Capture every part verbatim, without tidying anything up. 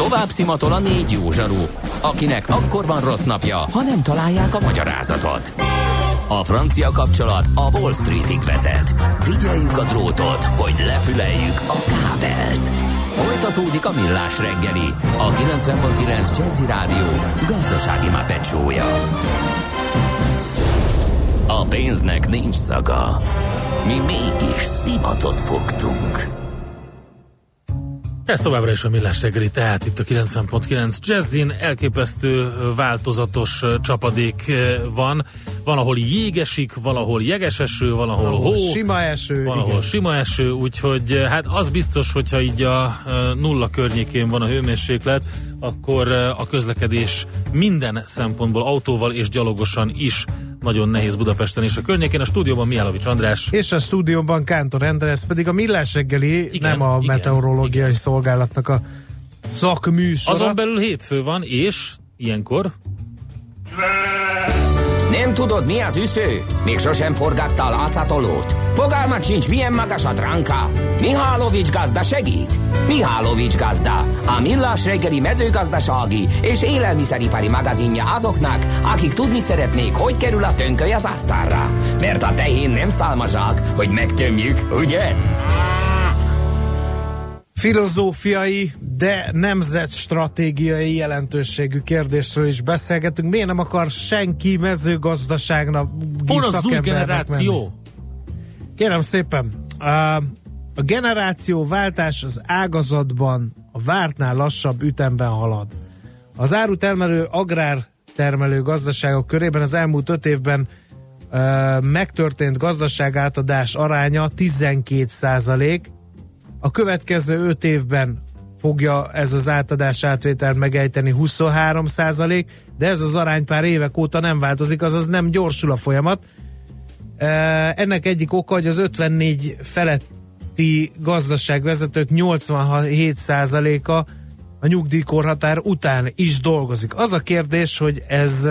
Tovább szimatol a négy jó zsaru, akinek akkor van rossz napja, ha nem találják a magyarázatot. A francia kapcsolat a Wall Streetig vezet. Figyeljük a drótot, hogy lefüleljük a kábelt. Folytatódik a Millás reggeli, a kilencven pont kilenc Jazzy Rádió gazdasági mápecsója. A pénznek nincs szaga, mi mégis szimatot fogtunk. Ez továbbra is a Millás reggeli, tehát itt a kilencven pont kilenc Jazzin. Elképesztő változatos csapadék van. Van, ahol jégesik, valahol jeges eső, valahol hó, sima eső, valahol igen. sima eső, úgyhogy hát az biztos, hogyha így a nulla környékén van a hőmérséklet, akkor a közlekedés minden szempontból autóval és gyalogosan is nagyon nehéz Budapesten és a környékén. A stúdióban Mihálovics András. És a stúdióban Kántor Endre, ez pedig a Millás reggeli, igen, nem a igen, meteorológiai igen. szolgálatnak a szakműsora. Azon belül hétfő van, és ilyenkor... Nem tudod, mi az üsző? Még sosem forgattál átszatolót? Fogalmat sincs, milyen magas a dránka? Mihálovics gazda segít? Mihálovics gazda, a Millás reggeli mezőgazdasági és élelmiszeripari magazinja azoknak, akik tudni szeretnék, hogy kerül a tönköly az asztalra. Mert a tehén nem szálmazsák, hogy megtömjük, ugye? Filozófiai, de nemzetstratégiai jelentőségű kérdésről is beszélgetünk. Miért nem akar senki mezőgazdaságnak hol az új generáció? Menni? Kérem szépen, a generációváltás az ágazatban a vártnál lassabb ütemben halad. Az árutermelő, agrártermelő gazdaságok körében az elmúlt öt évben megtörtént gazdaságátadás aránya tizenkét százalék. A következő öt évben fogja ez az átadás átvétel megejteni huszonhárom százalék, de ez az arány pár évek óta nem változik, azaz nem gyorsul a folyamat. Ennek egyik oka, hogy az ötvennégy feletti gazdaságvezetők nyolcvanhét százaléka a nyugdíjkorhatár után is dolgozik. Az a kérdés, hogy ez,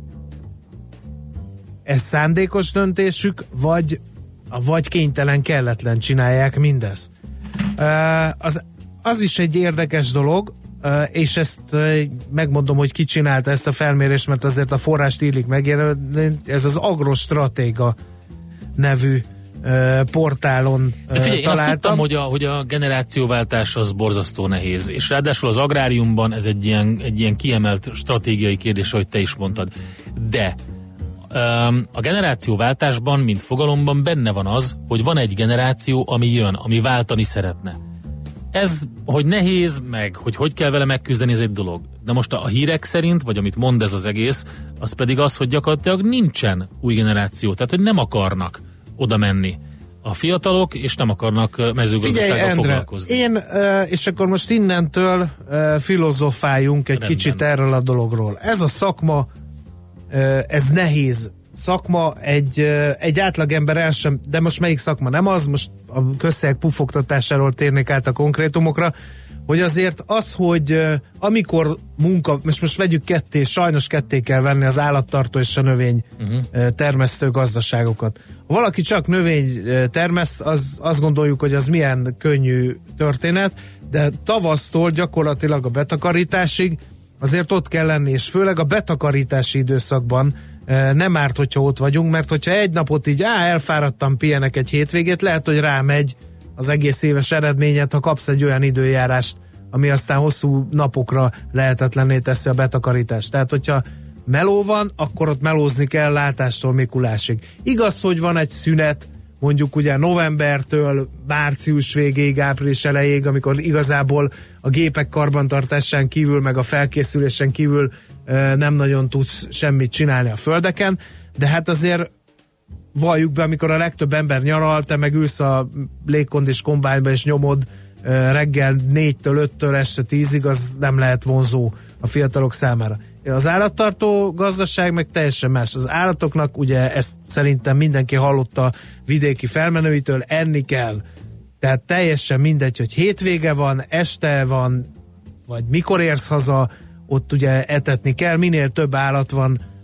ez szándékos döntésük, vagy, vagy kénytelen, kelletlen csinálják mindezt. Az, az is egy érdekes dolog, és ezt megmondom, hogy ki csinálta ezt a felmérést, mert azért a forrást illik megjelölni, ez az Agrostratéga nevű portálon de figyelj, találtam. Én azt tudtam, hogy a, hogy a generációváltás az borzasztó nehéz, és ráadásul az agráriumban ez egy ilyen, egy ilyen kiemelt stratégiai kérdés, ahogy te is mondtad. De a generációváltásban, mint fogalomban benne van az, hogy van egy generáció, ami jön, ami váltani szeretne. Ez, hogy nehéz, meg hogy hogy kell vele megküzdeni, ez egy dolog. De most a hírek szerint, vagy amit mond ez az egész, az pedig az, hogy gyakorlatilag nincsen új generáció, tehát hogy nem akarnak oda menni a fiatalok, és nem akarnak mezőgazdasággal foglalkozni. Én, és akkor most innentől filozofáljunk egy Rendben. kicsit erről a dologról. Ez a szakma, ez nehéz szakma, egy, egy átlagember el sem, de most melyik szakma nem az, most a közszeg pufogtatásáról térnék át a konkrétumokra, hogy azért az, hogy amikor munka, most most vegyük ketté, sajnos ketté kell venni az állattartó és a növény uh-huh. termesztő gazdaságokat. Ha valaki csak növény termeszt, az, azt gondoljuk, hogy az milyen könnyű történet, de tavasztól gyakorlatilag a betakarításig azért ott kell lenni, és főleg a betakarítási időszakban nem árt, hogyha ott vagyunk, mert hogyha egy napot így á, elfáradtam, pihenek egy hétvégét, lehet, hogy rámegy az egész éves eredményet, ha kapsz egy olyan időjárást, ami aztán hosszú napokra lehetetlenné teszi a betakarítást. Tehát, hogyha meló van, akkor ott melózni kell látástól Mikulásig. Igaz, hogy van egy szünet, mondjuk ugye novembertől március végéig, április elejéig, amikor igazából a gépek karbantartásán kívül, meg a felkészülésen kívül nem nagyon tudsz semmit csinálni a földeken, de hát azért valljuk be, amikor a legtöbb ember nyaral, te meg ülsz a légkondis kombányba és nyomod reggel négytől öttől este tízig, az nem lehet vonzó a fiatalok számára. Az állattartó gazdaság meg teljesen más. Az állatoknak, ugye ezt szerintem mindenki hallotta vidéki felmenőitől, enni kell. Tehát teljesen mindegy, hogy hétvége van, este van, vagy mikor érsz haza, ott ugye etetni kell, minél több állat van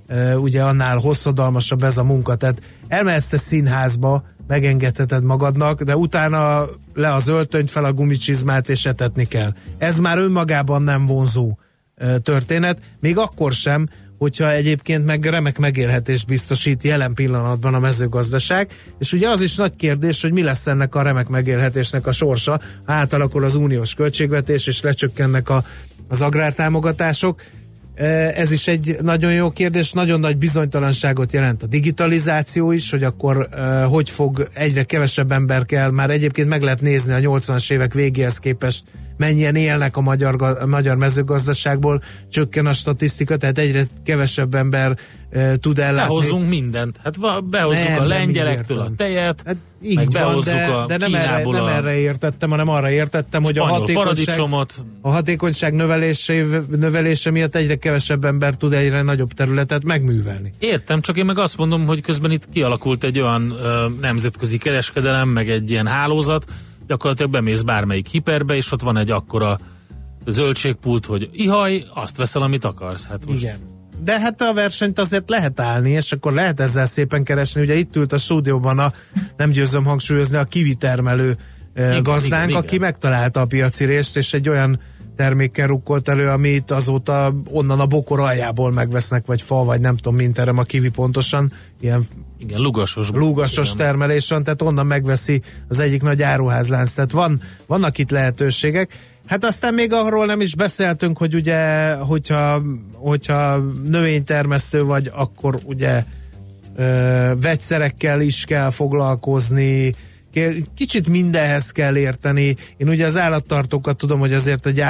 ugye annál hosszadalmasabb ez a munka. Tehát elmehetsz te színházba, megengedheted magadnak, de utána le az öltönyt, fel a gumicsizmát, és etetni kell. Ez már önmagában nem vonzó történet, még akkor sem, hogyha egyébként meg remek megélhetést biztosít jelen pillanatban a mezőgazdaság, és ugye az is nagy kérdés, hogy mi lesz ennek a remek megélhetésnek a sorsa, átalakul az uniós költségvetés, és lecsökkennek a, az agrártámogatások. Ez is egy nagyon jó kérdés, nagyon nagy bizonytalanságot jelent a digitalizáció is, hogy akkor hogy fog, egyre kevesebb ember kell, már egyébként meg lehet nézni a nyolcvanas évek végéhez képest, mennyien élnek a magyar, a magyar mezőgazdaságból, csökken a statisztika, tehát egyre kevesebb ember e, tud ellátni. Behozzunk mindent, hát behozzuk nem, a lengyelektől a tejet, hát meg behozzuk van, de, a de nem erre, nem erre értettem, hanem arra értettem, hogy a hatékonyság, a hatékonyság növelése, növelése miatt egyre kevesebb ember tud egyre nagyobb területet megművelni. Értem, csak én meg azt mondom, hogy közben itt kialakult egy olyan ö, nemzetközi kereskedelem, meg egy ilyen hálózat, gyakorlatilag bemész bármelyik hiperbe, és ott van egy akkora zöldségpult, hogy ihaj, azt veszel, amit akarsz. Hát most... Igen. De hát a versenyt azért lehet állni, és akkor lehet ezzel szépen keresni. Ugye itt ült a stúdióban a, nem győzöm hangsúlyozni, a kivi termelő igen, gazdánk, igen, aki igen. megtalálta a piaci részt, és egy olyan termékkel rukkolt elő, amit azóta onnan a bokor aljából megvesznek, vagy fa, vagy nem tudom, mint terem a kivi pontosan, ilyen igen, lugasos, lugasos igen. termelés van, tehát onnan megveszi az egyik nagy áruházlánc, tehát van, vannak itt lehetőségek. Hát aztán még arról nem is beszéltünk, hogy ugye, hogyha, hogyha növénytermesztő vagy, akkor ugye ö, vegyszerekkel is kell foglalkozni, kicsit mindenhez kell érteni. Én ugye az állattartókat tudom, hogy azért egy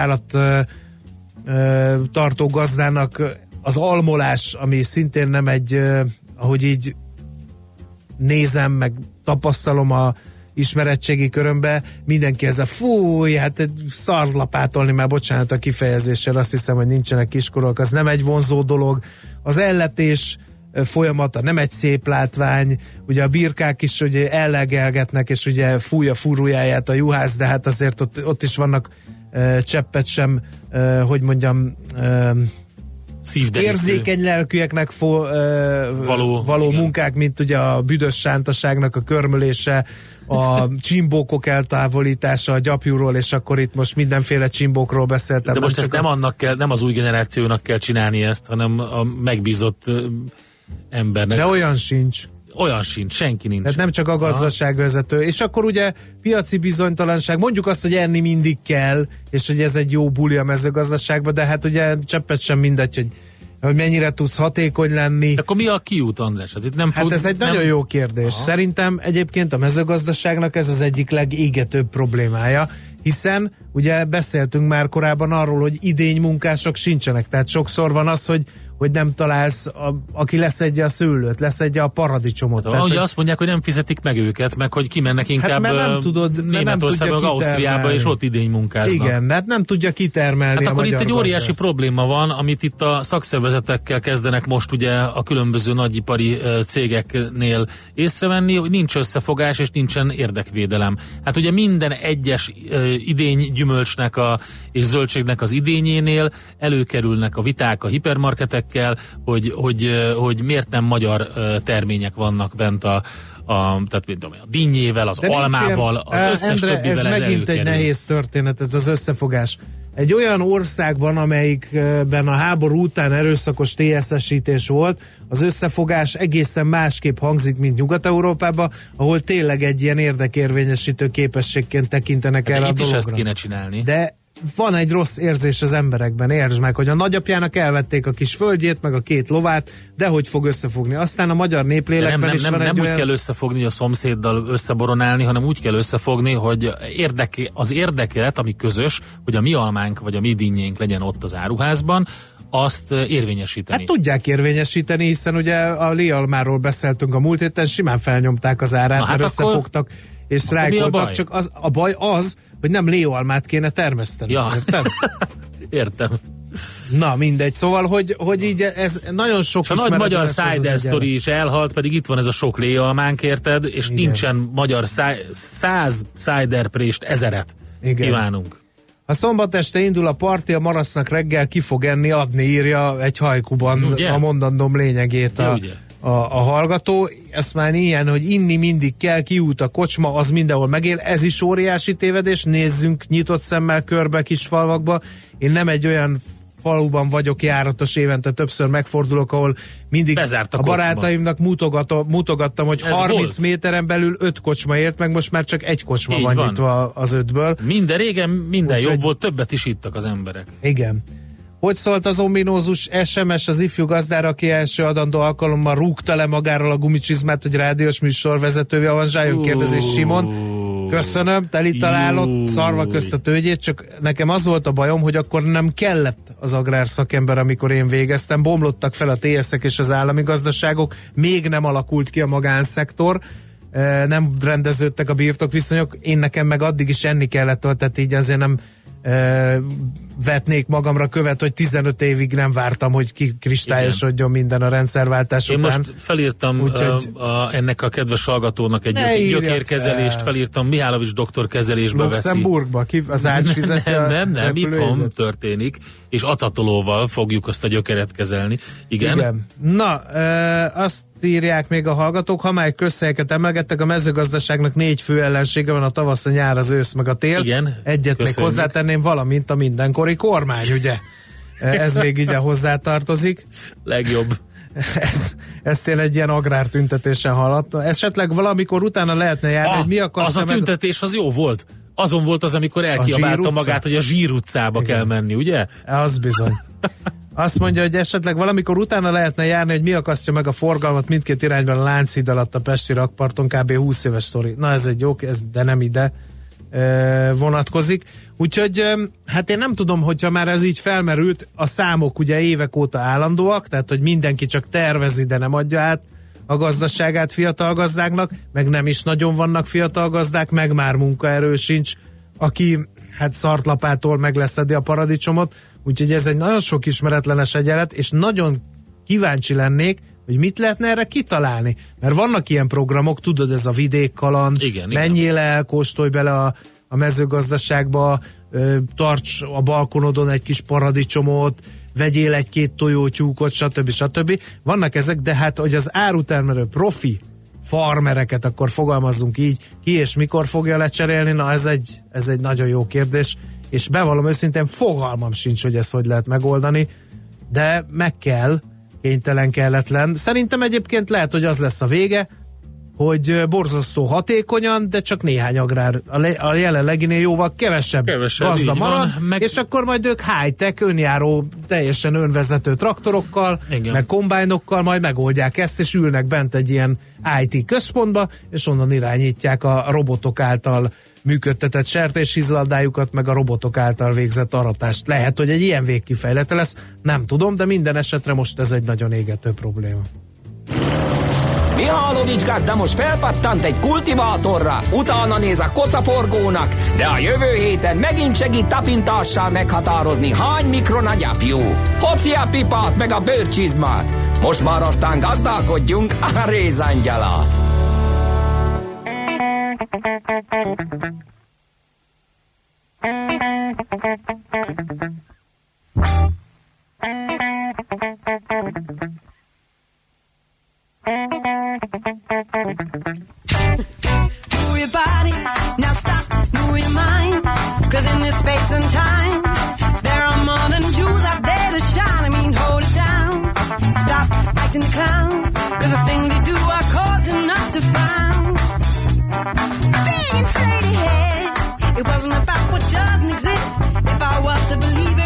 állattartó gazdának az almolás, ami szintén nem egy, ahogy így nézem, meg tapasztalom a ismeretségi körömbe, mindenki ezzel fúj, hát szarlapátolni, már bocsánat a kifejezéssel, azt hiszem, hogy nincsenek kiskorok, az nem egy vonzó dolog. Az elletés folyamata nem egy szép látvány, ugye a birkák is ugye ellegelgetnek, és ugye fúj a fúrújáját a juhász, de hát azért ott, ott is vannak uh, cseppet sem, uh, hogy mondjam, uh, érzékeny lelkűeknek fo, uh, való, való munkák, mint ugye a büdös sántaságnak a körmölése, a csimbókok eltávolítása a gyapjúról, és akkor itt most mindenféle csimbókról beszéltem. De most nem ezt nem, a... annak kell, nem az új generációnak kell csinálni ezt, hanem a megbízott embernek. De olyan sincs. Olyan sincs, senki nincs. Tehát nem csak a gazdaságvezető. És akkor ugye piaci bizonytalanság, mondjuk azt, hogy enni mindig kell, és hogy ez egy jó buli a mezőgazdaságban, de hát ugye cseppet sem mindegy, hogy, hogy mennyire tudsz hatékony lenni. De akkor mi a kiút, András? Hát, itt nem hát fog, ez egy nem... nagyon jó kérdés. Aha. Szerintem egyébként a mezőgazdaságnak ez az egyik legégetőbb problémája, hiszen ugye beszéltünk már korábban arról, hogy idény munkások sincsenek, tehát sokszor van az, hogy hogy nem találsz, a, aki leszedje a szőlőt, leszedje a paradicsomot. Hát, tehát, ugye hogy... azt mondják, hogy nem fizetik meg őket, meg hogy kimennek inkább hát, nem tudod, Németországba, meg Ausztriába, és ott idény munkáznak. Igen, hát nem tudja kitermelni hát a akkor magyar itt egy óriási gazdász. Probléma van, amit itt a szakszervezetekkel kezdenek most ugye a különböző nagyipari cégeknél észrevenni, hogy nincs összefogás, és nincsen érdekvédelem. Hát ugye minden egyes idény gyümölcsnek a, és zöldségnek az idényénél előkerülnek a viták a hipermarketek, hogy, hogy, hogy miért nem magyar termények vannak bent a, a, tehát, mint a dinnyével, az de almával, az uh, összes Endre, többivel ez, ez megint előkerül. Egy nehéz történet, ez az összefogás. Egy olyan országban, amelyikben a háború után erőszakos té es es-ítés volt, az összefogás egészen másképp hangzik, mint Nyugat-Európában, ahol tényleg egy ilyen érdekérvényesítő képességként tekintenek hát el a itt dologra. Is ezt kéne csinálni. De van egy rossz érzés az emberekben, értsd meg, hogy a nagyapjának elvették a kis földjét, meg a két lovát, de hogy fog összefogni. Aztán a magyar néplélekben nem, nem, is nem, van nem egy úgy olyan... kell összefogni, hogy a szomszéddal összeboronálni, hanem úgy kell összefogni, hogy érdeke, az érdekelt, ami közös, hogy a mi almánk vagy a mi dinnyénk legyen ott az áruházban, azt érvényesíteni. Hát tudják érvényesíteni, hiszen ugye a léalmáról beszéltünk a múlt héten, simán felnyomták az árát, hát mert akkor... összefogtak és sztrájkoltak, csak az, a baj az, hogy nem léalmát kéne termeszteni. Ja. Érted? Értem. Na mindegy, szóval, hogy, hogy így ez nagyon sok a nagy magyar cider sztori is elhalt, pedig itt van ez a sok léalmánk, érted, és igen. Nincsen magyar száj, száz cider prést ezeret. Igen. Kívánunk. Ha szombat este indul a parti, a marasznak reggel ki fog enni, adni, írja egy hajkuban ugye? A mondandóm lényegét a, a, a hallgató. Ezt már ilyen, hogy inni mindig kell, kiút a kocsma, az mindenhol megél. Ez is óriási tévedés, nézzünk nyitott szemmel körbe kis falvakba. Én nem egy olyan faluban vagyok járatos, évente többször megfordulok, ahol mindig bezárt a, a barátaimnak mutogattam, hogy ez harminc volt. Méteren belül öt kocsma ért, meg most már csak egy kocsma van, van nyitva az ötből. Minden régen, minden úgy, jobb volt, többet is ittak az emberek. Igen. Hogy szólt az ominózus es em es az ifjú gazdára, aki első adandó alkalommal rúgta le magáról a gumicsizmát, hogy rádiós műsorvezetővé avanzsáljon, kérdezés Simon. Köszönöm, teli találod, szarva közt a tőgyét, csak nekem az volt a bajom, hogy akkor nem kellett az agrárszakember, amikor én végeztem, bomlottak fel a té eszek és az állami gazdaságok, még nem alakult ki a magánszektor, nem rendeződtek a birtokviszonyok, én nekem meg addig is enni kellett, tehát így azért nem vetnék magamra követ, hogy tizenöt évig nem vártam, hogy kikristályosodjon minden a rendszerváltás Én után. Én most felírtam Úgyhogy... a, a, ennek a kedves hallgatónak egy gyökérkezelést, felírtam Mihálovics doktor kezelésbe veszi. Luxemburgba, ki az ács fizetje? Nem, nem, nem, itthon történik, és acatolóval fogjuk azt a gyökeret kezelni. Igen? Igen. Na, e, azt írják még a hallgatók, ha már közhelyeket emelgettek, a mezőgazdaságnak négy fő ellensége van, a tavasz, a nyár, az ősz, meg a tél. Igen, Egyet köszönjük. Még hozzátenném, valamint a mindenkori kormány, ugye? Ez még ide hozzátartozik. Legjobb. Ez, ezt én egy ilyen agrártüntetésen hallottam. Esetleg valamikor utána lehetne járni, ah, hogy mi akasztja Az a tüntetés, meg... az jó volt. Azon volt az, amikor elkiabálta magát, hogy a Zsír utcába Igen. kell menni, ugye? Az bizony. Azt mondja, hogy esetleg valamikor utána lehetne járni, hogy mi akasztja meg a forgalmat mindkét irányban a Lánchíd alatt a pesti rakparton, kb. húsz éves sztori. Na ez egy jó, ez, de nem ide e, vonatkozik. Úgyhogy hát én nem tudom, hogyha már ez így felmerült, a számok ugye évek óta állandóak, tehát hogy mindenki csak tervezi, de nem adja át a gazdaságát fiatal gazdáknak, meg nem is nagyon vannak fiatal gazdák, meg már munkaerő sincs, aki hát szartlapától megleszedi a paradicsomot, úgyhogy ez egy nagyon sok ismeretlenes egyenlet, és nagyon kíváncsi lennék, hogy mit lehetne erre kitalálni. Mert vannak ilyen programok, tudod, ez a vidékkaland, igen, menjél igen. el, kóstolj bele a, a mezőgazdaságba, ö, tarts a balkonodon egy kis paradicsomot, vegyél egy-két tojótyúkot, stb. stb. Vannak ezek, de hát, hogy az árutermelő profi farmereket, akkor fogalmazzunk így, ki és mikor fogja lecserélni, na ez egy, ez egy nagyon jó kérdés, és bevallom őszintén, fogalmam sincs, hogy ezt hogy lehet megoldani, de meg kell, kénytelen, kelletlen. Szerintem egyébként lehet, hogy az lesz a vége, hogy borzasztó hatékonyan, de csak néhány agrár, a, le, a jelenleginél jóval kevesebb, kevesebb gazda marad, van, meg... és akkor majd ők high-tech, önjáró, teljesen önvezető traktorokkal, igen. meg kombájnokkal majd megoldják ezt, és ülnek bent egy ilyen i té központba, és onnan irányítják a robotok által működtetett sertéshizlaldájukat, meg a robotok által végzett aratást. Lehet, hogy egy ilyen végkifejlete lesz, nem tudom, de minden esetre most ez egy nagyon égető probléma. Mihálovics gazda most felpattant egy kultivátorra, utána néz a kocaforgónak, de a jövő héten megint segít tapintással meghatározni, hány mikron a gyapjú. Hoci a pipát meg a bőrcsizmát. Most már aztán gazdálkodjunk a rézangyala. Move your body, now stop, move your mind. Cause in this space and time, there are more than Jews out there to shine. I mean, hold it down, stop acting the clown. Cause the things you do are causing us to frown. Big inflated head, it wasn't about what doesn't exist. If I was to believe it,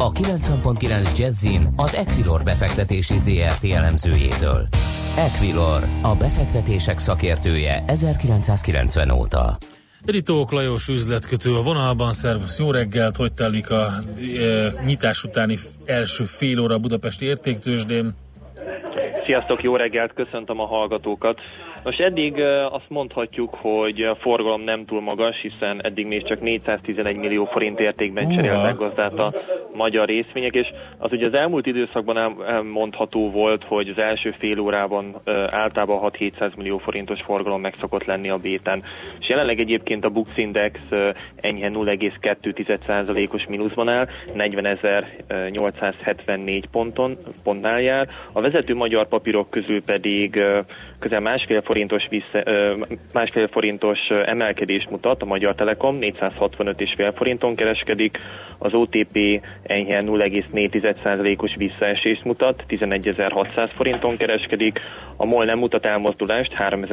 a kilencven pont kilenc Jazzin az Equilor befektetési zé er té elemzőjétől. Equilor, a befektetések szakértője ezerkilencszázkilencven óta. Ritók Lajos üzletkötő a vonalban, szervusz, jó reggelt, hogy telik a e, nyitás utáni első fél óra a budapesti értéktőzsdén? Sziasztok, jó reggelt, köszöntöm a hallgatókat. Most eddig azt mondhatjuk, hogy a forgalom nem túl magas, hiszen eddig még csak négyszáztizenegy millió forint értékben cseréltek gazdát a magyar részvények, és az ugye az elmúlt időszakban elmondható volt, hogy az első fél órában általában hat-hétszáz millió forintos forgalom meg szokott lenni a béten. És jelenleg egyébként a Bux Index enyhe nulla egész kettő százalékos mínuszban áll, negyvenezer-nyolcszázhetvennégy ponton, pontnál jár. A vezető magyar papírok közül pedig közel másfél forintos, vissza, másfél forintos emelkedést mutat a Magyar Telekom, négyszázhatvanöt egész öt forinton kereskedik, az o té pé enyhe nulla egész négy százalékos visszaesést mutat, tizenegyezer-hatszáz forinton kereskedik, a MOL nem mutat elmozdulást,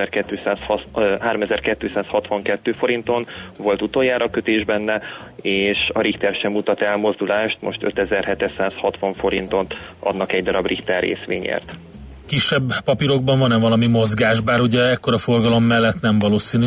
háromezer-kétszázhatvankettő forinton volt utoljára kötés benne, és a Richter sem mutat elmozdulást, most ötezer-hétszázhatvan forinton adnak egy darab Richter részvényért. Kisebb papírokban van-e valami mozgás, bár ugye ekkora forgalom mellett nem valószínű?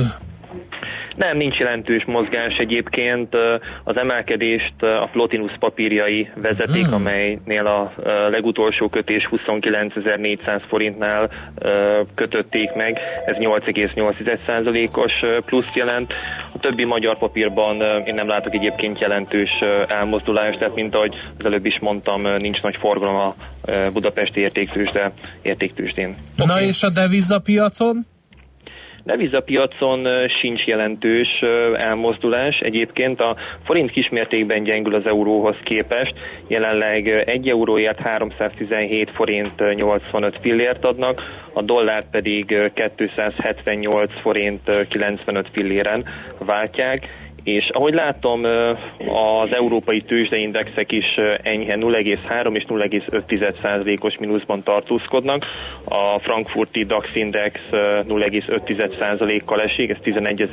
Nem, nincs jelentős mozgás egyébként. Az emelkedést a Plotinus papírjai vezetik, hmm. amelynél a legutolsó kötés huszonkilencezer-négyszáz forintnál kötötték meg. Ez nyolc egész nyolc százalékos plusz jelent. A többi magyar papírban én nem látok egyébként jelentős elmozdulást, tehát mint ahogy az előbb is mondtam, nincs nagy forgalom a budapesti értéktőzsde, értéktőzsdén. Na okay. És a devizapiacon? Devizapiacon sincs jelentős elmozdulás. Egyébként a forint kismértékben gyengül az euróhoz képest. Jelenleg egy euróért háromszáztizenhét forint nyolcvanöt fillért adnak, a dollár pedig kétszázhetvennyolc forint kilencvenöt filléren váltják. És ahogy látom, az európai tőzsdeindexek is enyhe nulla egész három és nulla egész öt százalékos mínuszban tartózkodnak. A frankfurti DAX index nulla egész öt százalékkal esik, ez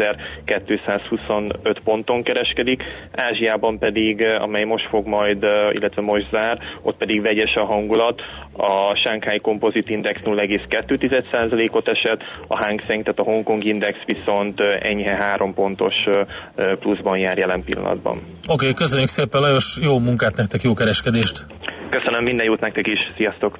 tizenegyezer-kétszázhuszonöt ponton kereskedik. Ázsiában pedig, amely most fog majd, illetve most zár, ott pedig vegyes a hangulat. A Shanghai Composite Index nulla egész kettő százalékot esett, a Hang Seng, tehát a Hongkong Index viszont enyhe három pontos pluszban jár jelen pillanatban. Oké, okay, köszönjük szépen Lajos, jó munkát nektek, jó kereskedést! Köszönöm, minden jót nektek is, sziasztok!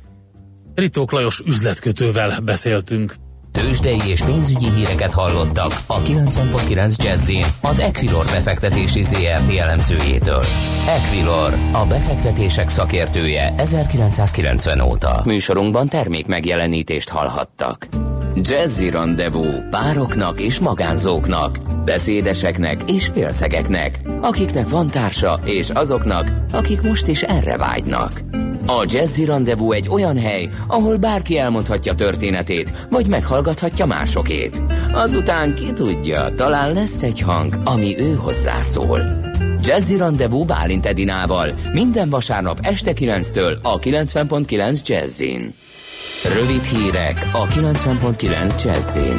Ritók Lajos üzletkötővel beszéltünk. Tőzsdei és pénzügyi híreket hallottak a kilencven pont kilenc Jazzin az Equilor befektetési zé er té elemzőjétől. Equilor, a befektetések szakértője ezerkilencszázkilencven óta. Műsorunkban termék megjelenítést hallhattak. Jazzy Rendezvous pároknak és magánzóknak, beszédeseknek és félszegeknek, akiknek van társa és azoknak, akik most is erre vágynak. A Jazzy Rendezvous egy olyan hely, ahol bárki elmondhatja történetét, vagy meghallgathatja másokét. Azután ki tudja, talán lesz egy hang, ami ő hozzászól. Jazzy Rendezvous Bálint Edinával minden vasárnap este kilenctől a kilencven pont kilenc Jazzin. Rövid hírek a kilencven pont kilenc Jazzin.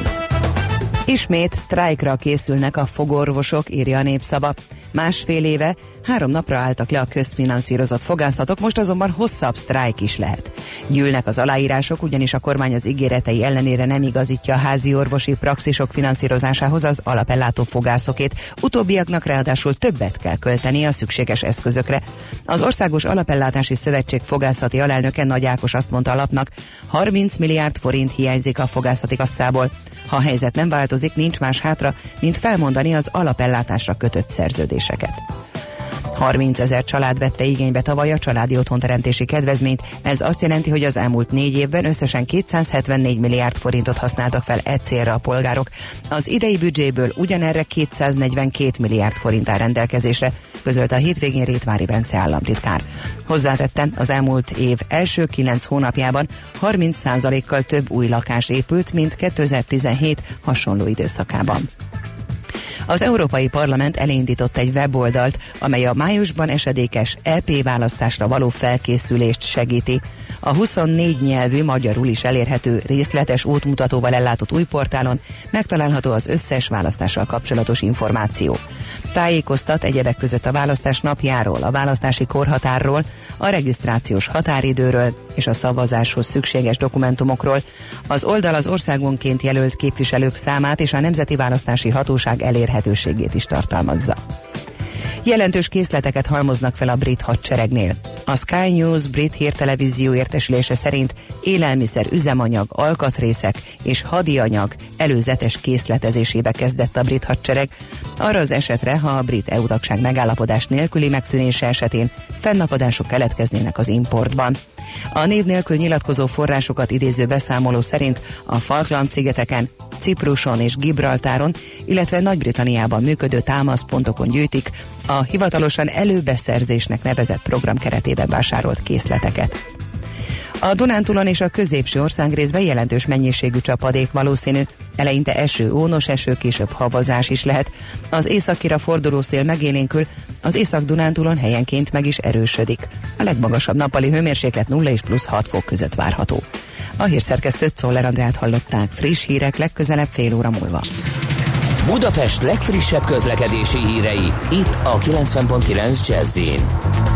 Ismét sztrájkra készülnek a fogorvosok, írja a Népszava. Másfél éve három napra álltak le a közfinanszírozott fogászatok, most azonban hosszabb sztrájk is lehet. Gyűlnek az aláírások, ugyanis a kormány az ígéretei ellenére nem igazítja a házi orvosi praxisok finanszírozásához az alapellátó fogászokét. Utóbbiaknak ráadásul többet kell költeni a szükséges eszközökre. Az Országos Alapellátási Szövetség fogászati alelnöke Nagy Ákos azt mondta a lapnak, harminc milliárd forint hiányzik a fogászati kasszából. Ha a helyzet nem változik, nincs más hátra, mint felmondani az alapellátásra kötött szerződéseket. harmincezer család vette igénybe tavaly a családi otthonteremtési kedvezményt. Ez azt jelenti, hogy az elmúlt négy évben összesen kétszázhetvennégy milliárd forintot használtak fel e célra a polgárok. Az idei büdzséből ugyanerre kétszáznegyvenkét milliárd forint áll rendelkezésre, közölte a hétvégén Rétvári Bence államtitkár. Hozzátette, az elmúlt év első kilenc hónapjában harminc százalékkal több új lakás épült, mint kétezer-tizenhét hasonló időszakában. Az Európai Parlament elindított egy weboldalt, amely a májusban esedékes é pé választásra való felkészülést segíti. A huszonnégy nyelvű, magyarul is elérhető részletes útmutatóval ellátott új portálon megtalálható az összes választással kapcsolatos információ. Tájékoztat egyebek között a választás napjáról, a választási korhatárról, a regisztrációs határidőről és a szavazáshoz szükséges dokumentumokról. Az oldal az országonként jelölt képviselők számát és a Nemzeti Választási Hatóság elérhetőségét is tartalmazza. Jelentős készleteket halmoznak fel a brit hadseregnél. A Sky News brit hírtelevízió értesülése szerint élelmiszer, üzemanyag, alkatrészek és hadianyag előzetes készletezésébe kezdett a brit hadsereg, arra az esetre, ha a brit é u-tagság megállapodás nélküli megszűnése esetén fennakadások keletkeznének az importban. A név nélkül nyilatkozó forrásokat idéző beszámoló szerint a Falkland-szigeteken, Cipruson és Gibraltáron, illetve Nagy-Britanniában működő támaszpontokon gyűjtik a hivatalosan előbeszerzésnek nevezett program keretében vásárolt készleteket. A Dunántúlon és a középső országrészben jelentős mennyiségű csapadék valószínű, eleinte eső, ónos eső, később havazás is lehet. Az északira forduló szél megélénkül, az Észak-Dunántúlon helyenként meg is erősödik. A legmagasabb nappali hőmérséklet nulla és plusz hat fok között várható. A hírszerkesztőt, Czoller Andrát hallották. Friss hírek legközelebb fél óra múlva. Budapest legfrissebb közlekedési hírei, itt a kilencven pont kilenc Jazz-in.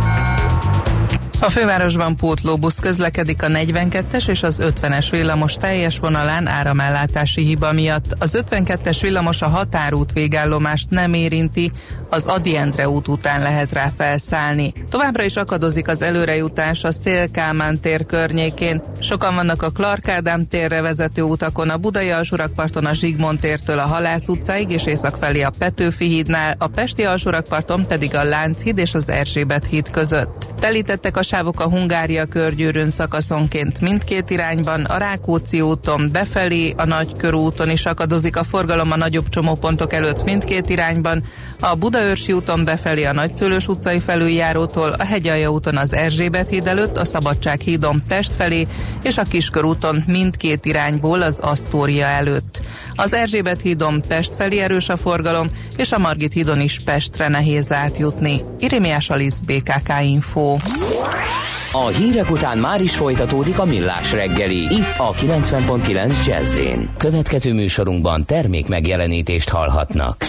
A fővárosban pótlóbusz közlekedik a negyvenkettes és az ötvenes villamos teljes vonalán áramellátási hiba miatt. Az ötvenkettes villamos a Határút végállomást nem érinti, az Ady Endre út után lehet rá felszállni. Továbbra is akadozik az előrejutás a Széll-Kálmán tér környékén. Sokan vannak a Clark Ádám térre vezető utakon, a Budai alsórakparton a Zsigmond tértől a Halász utcáig és észak felé a Petőfi hídnál, a Pesti alsórakparton pedig a Lánchíd és az Erzsébet híd között. Telítettek a sávok a Hungária körgyűrűn szakaszonként mindkét irányban, a Rákóczi úton befelé, a Nagykörúton is akadozik a forgalom a nagyobb csomópontok előtt mindkét irányban, a Budaörsi úton befelé a Nagyszőlős utcai felüljárótól, a Hegyalja úton az Erzsébet híd előtt, a Szabadság hídon Pest felé, és a Kiskörúton mindkét irányból az Asztória előtt. Az Erzsébet hídon Pest felé erős a forgalom, és a Margit hídon is Pestre nehéz átjutni. Irimiás Alisz, bé ká ká Info. A hírek után már is folytatódik a Millás reggeli, itt a kilencven pont kilenc Jazz-in. Következő műsorunkban termék megjelenítést hallhatnak.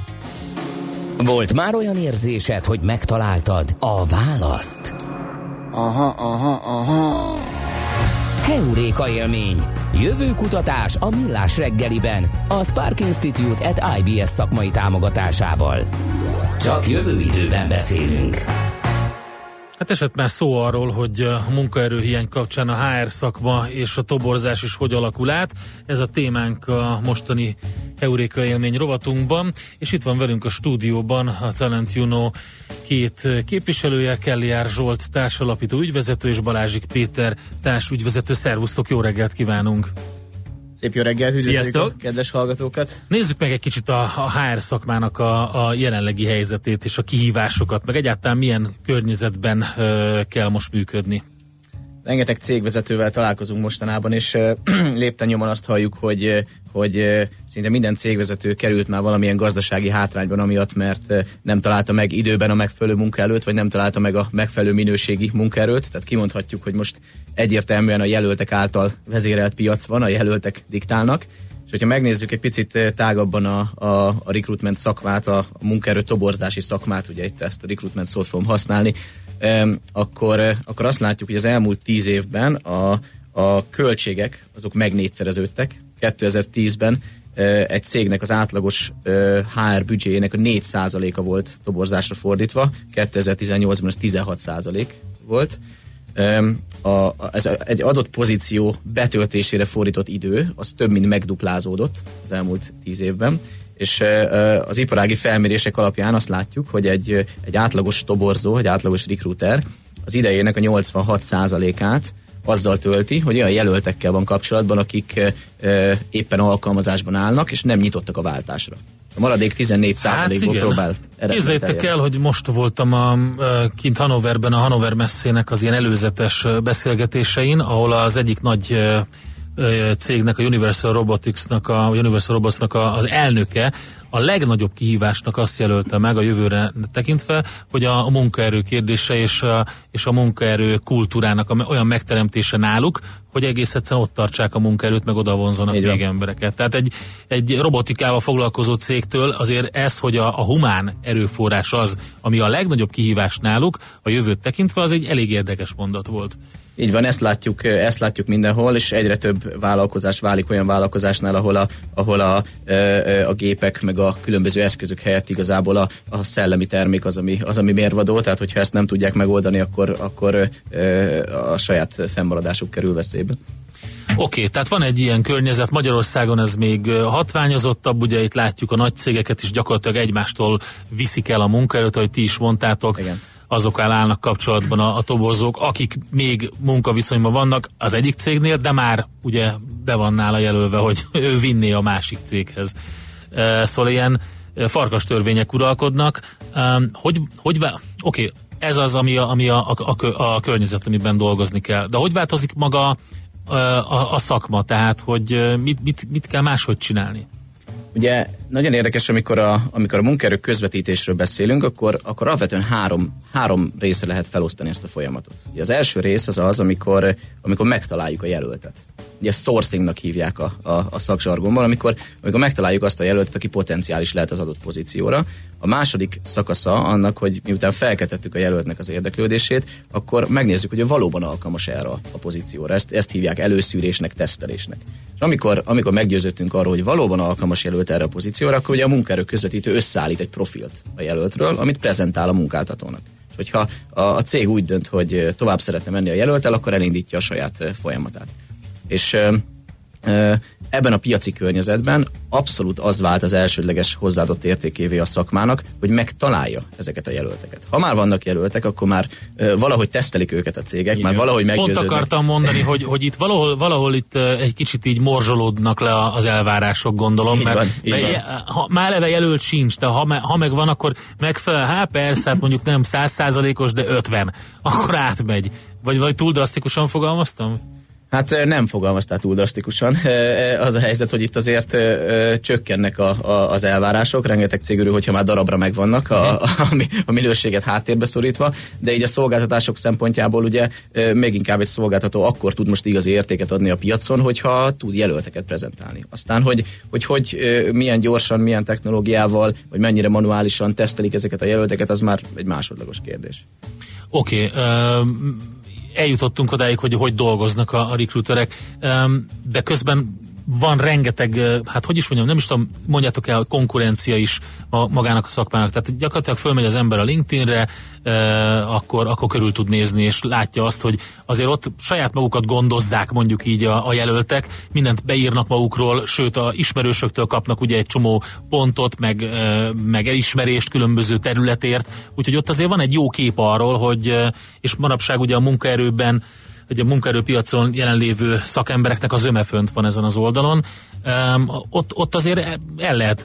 Volt már olyan érzésed, hogy megtaláltad a választ? aha, aha, aha. Heuréka élmény. Jövőkutatás a Millás reggeliben, a Spark Institute at I B S szakmai támogatásával. Csak jövő időben beszélünk. Hát esett már szó arról, hogy a munkaerőhiány kapcsán a há er szakma és a toborzás is hogy alakul át. Ez a témánk a mostani Heuréka élmény rovatunkban, és itt van velünk a stúdióban a Talent You Know két képviselője, Kelliár Zsolt társalapító ügyvezető és Balázsik Péter társügyvezető. Szervusztok, jó reggelt kívánunk! Szép jó reggelt, üdvözlők a kedves hallgatókat! Nézzük meg egy kicsit a, a há er szakmának a, a jelenlegi helyzetét és a kihívásokat, meg egyáltalán milyen környezetben ö, kell most működni. Rengeteg cégvezetővel találkozunk mostanában, és uh, lépten nyomon azt halljuk, hogy, hogy uh, szinte minden cégvezető került már valamilyen gazdasági hátrányban amiatt, mert uh, nem találta meg időben a megfelelő munkaerőt, vagy nem találta meg a megfelelő minőségi munkaerőt. Tehát kimondhatjuk, hogy most egyértelműen a jelöltek által vezérelt piac van, a jelöltek diktálnak. És hogyha megnézzük egy picit tágabban a, a, a recruitment szakmát, a, a munkaerő toborzási szakmát, ugye itt ezt a recruitment szót fogom használni, Um, akkor, akkor azt látjuk, hogy az elmúlt tíz évben a, a költségek azok megnégyszereződtek. kétezer-tízben uh, egy cégnek az átlagos uh, há er büdzséjének a négy százaléka volt toborzásra fordítva, kétezer-tizennyolcban ez tizenhat százalék volt. Um, a, ez a, egy adott pozíció betöltésére fordított idő, az több mint megduplázódott az elmúlt tíz évben. És az iparági felmérések alapján azt látjuk, hogy egy, egy átlagos toborzó, egy átlagos recruiter az idejének a nyolcvanhat százalékát azzal tölti, hogy olyan jelöltekkel van kapcsolatban, akik éppen alkalmazásban állnak, és nem nyitottak a váltásra. A maradék tizennégy százalékból hát próbál eredményt. Képzeljétek el, hogy most voltam a, kint Hannoverben, a Hannover messzének az ilyen előzetes beszélgetésein, ahol az egyik nagy cégnek, a Universal Robotics-nak, a Universal Robots-nak a, az elnöke a legnagyobb kihívásnak azt jelölte meg a jövőre tekintve, hogy a, a munkaerő kérdése és a, és a munkaerő kultúrának a, olyan megteremtése náluk, hogy egész egyszerűen ott tartsák a munkaerőt, meg oda vonzanak még van. embereket. Tehát egy, egy robotikával foglalkozó cégtől azért ez, hogy a, a humán erőforrás az, ami a legnagyobb kihívás náluk, a jövőt tekintve, az egy elég érdekes mondat volt. Így van, ezt látjuk, ezt látjuk mindenhol, és egyre több vállalkozás válik olyan vállalkozásnál, ahol a, ahol a, a gépek meg a különböző eszközök helyett igazából a, a szellemi termék az ami, az, ami mérvadó, tehát hogyha ezt nem tudják megoldani, akkor, akkor a saját fennmaradásuk kerül veszélybe. Oké, okay, tehát van egy ilyen környezet, Magyarországon ez még hatványozottabb, ugye itt látjuk a nagy cégeket is gyakorlatilag egymástól viszik el a munkaerőt, ahogy ti is mondtátok. Igen. Azokkal állnak kapcsolatban a, a toborzók, akik még munkaviszonyban vannak az egyik cégnél, de már ugye be van nála jelölve, hogy ő vinné a másik céghez. E, szóval ilyen farkas törvények uralkodnak. E, hogy, hogy, oké, okay, ez az, ami, a, ami a, a, a, a környezet, amiben dolgozni kell. De hogy változik maga a, a, a szakma? Tehát, hogy mit, mit, mit kell máshogy csinálni? Ugye nagyon érdekes, amikor a, amikor a munkaerő közvetítésről beszélünk, akkor, akkor alapvetően három, három részre lehet felosztani ezt a folyamatot. Ugye az első rész az az, amikor, amikor megtaláljuk a jelöltet. Ugye sourcingnak hívják a, a, a szakzsargonban, amikor, amikor megtaláljuk azt a jelöltet, aki potenciális lehet az adott pozícióra. A második szakasza annak, hogy miután felkeltettük a jelöltnek az érdeklődését, akkor megnézzük, hogy valóban alkalmas erre a, a pozícióra. Ezt, ezt hívják előszűrésnek, tesztelésnek. És amikor, amikor meggyőződtünk arról, hogy valóban alkalmas jelölt erre a pozícióra, akkor ugye a munkaerő közvetítő összeállít egy profilt a jelöltről, amit prezentál a munkáltatónak. És hogyha a, a cég úgy dönt, hogy tovább szeretne menni a jelölttel, akkor elindítja a saját folyamatát. És ö, ö, ebben a piaci környezetben abszolút az vált az elsődleges hozzáadott értékévé a szakmának, hogy megtalálja ezeket a jelölteket. Ha már vannak jelöltek, akkor már ö, valahogy tesztelik őket a cégek, igen. Már valahogy meggyőződnek. Pont akartam mondani, hogy, hogy itt valahol, valahol itt egy kicsit így morzsolódnak le az elvárások, gondolom, így mert van, mert ha, már eleve jelölt sincs, de ha, ha meg van, akkor megfelel, hát persze, hát mondjuk nem száz százalékos, de ötven, akkor átmegy. Vagy, vagy túl drasztikusan fogalmaztam? Hát nem fogalmaztál túl drasztikusan. Az a helyzet, hogy itt azért csökkennek a, a, az elvárások, rengeteg cégörül, hogyha már darabra megvannak, a, a, a minőséget háttérbe szorítva, de így a szolgáltatások szempontjából ugye még inkább egy szolgáltató akkor tud most igazi értéket adni a piacon, hogyha tud jelölteket prezentálni. Aztán, hogy, hogy, hogy milyen gyorsan, milyen technológiával, vagy mennyire manuálisan tesztelik ezeket a jelölteket, az már egy másodlagos kérdés. Oké, okay, uh... eljutottunk odáig, hogy hogy dolgoznak a, a recruiterek, de közben van rengeteg, hát hogy is mondjam, nem is tudom, mondjátok el, konkurencia is a, magának a szakmának. Tehát gyakorlatilag fölmegy az ember a LinkedInre, eh, akkor, akkor körül tud nézni, és látja azt, hogy azért ott saját magukat gondozzák, mondjuk így a, a jelöltek, mindent beírnak magukról, sőt a ismerősöktől kapnak ugye egy csomó pontot, meg, eh, meg elismerést különböző területért, úgyhogy ott azért van egy jó kép arról, hogy, eh, és manapság ugye a munkaerőben, hogy a munkaerőpiacon jelenlévő szakembereknek az öme fönt van ezen az oldalon. Um, ott, ott azért el lehet,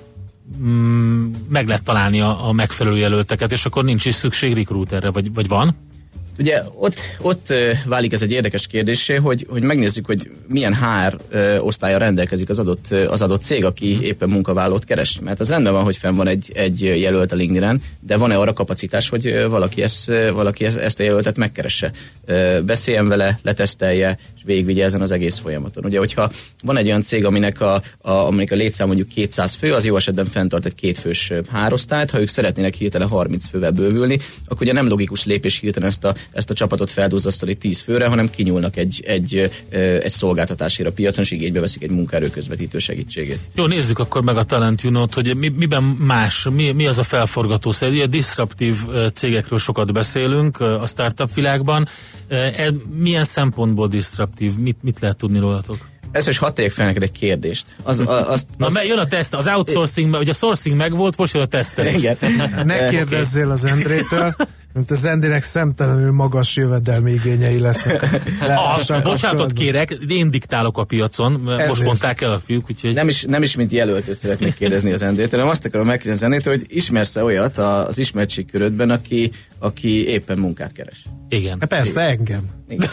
um, meg lehet találni a, a megfelelő jelölteket, és akkor nincs is szükség recruiterre, vagy, vagy van? Ugye ott, ott válik ez egy érdekes kérdésé, hogy, hogy megnézzük, hogy milyen há er osztálya rendelkezik az adott, az adott cég, aki éppen munkavállalót keres. Mert az rendben van, hogy fenn van egy, egy jelölt a LinkedIn-en, de van-e arra kapacitás, hogy valaki, ezt, valaki ezt a jelöltet megkeresse? Beszéljen vele, letesztelje, és végigvigye ezen az egész folyamaton. Ugye, hogyha van egy olyan cég, aminek a, a, aminek a létszám mondjuk kétszáz fő, az jó esetben fenntart egy kétfős há er osztályt, ha ők szeretnének hirtelen harminc fővel bővülni, akkor ugye nem logikus lépés hirtelen ezt a ezt a csapatot felduzzasztani tíz főre, hanem kinyúlnak egy, egy, egy szolgáltatásért a piacon, és igénybe veszik egy munkaerő közvetítő segítségét. Jó, nézzük akkor meg a Talent You-t, hogy mi, miben más, mi, mi az a felforgató szer. Ugye diszruptív cégekről sokat beszélünk a startup világban. Milyen szempontból diszruptív? Mit, mit lehet tudni rólatok? Ez, hogy hadd tegyek fel neked egy kérdést. Az, az, az, Na, az... jön a teszt, az outsourcing, ugye a sourcing megvolt, most jön a tesztelés. Igen. Ne kérdezzél az Endrétől, mint az Endrének szemtelenül magas jövedelmi igényei lesznek. Ah, bocsánatot kérek, én diktálok a piacon, ezért. Most mondták el a fiúk, úgyhogy... Nem is, nem is mint jelöltő szeretnék kérdezni az Endrétől, hanem azt akarom megkérdezni az Endrétől, hogy ismersz-e olyat az ismertségkörödben, aki, aki éppen munkát keres? Igen. Hát persze, Igen. engem. Igen.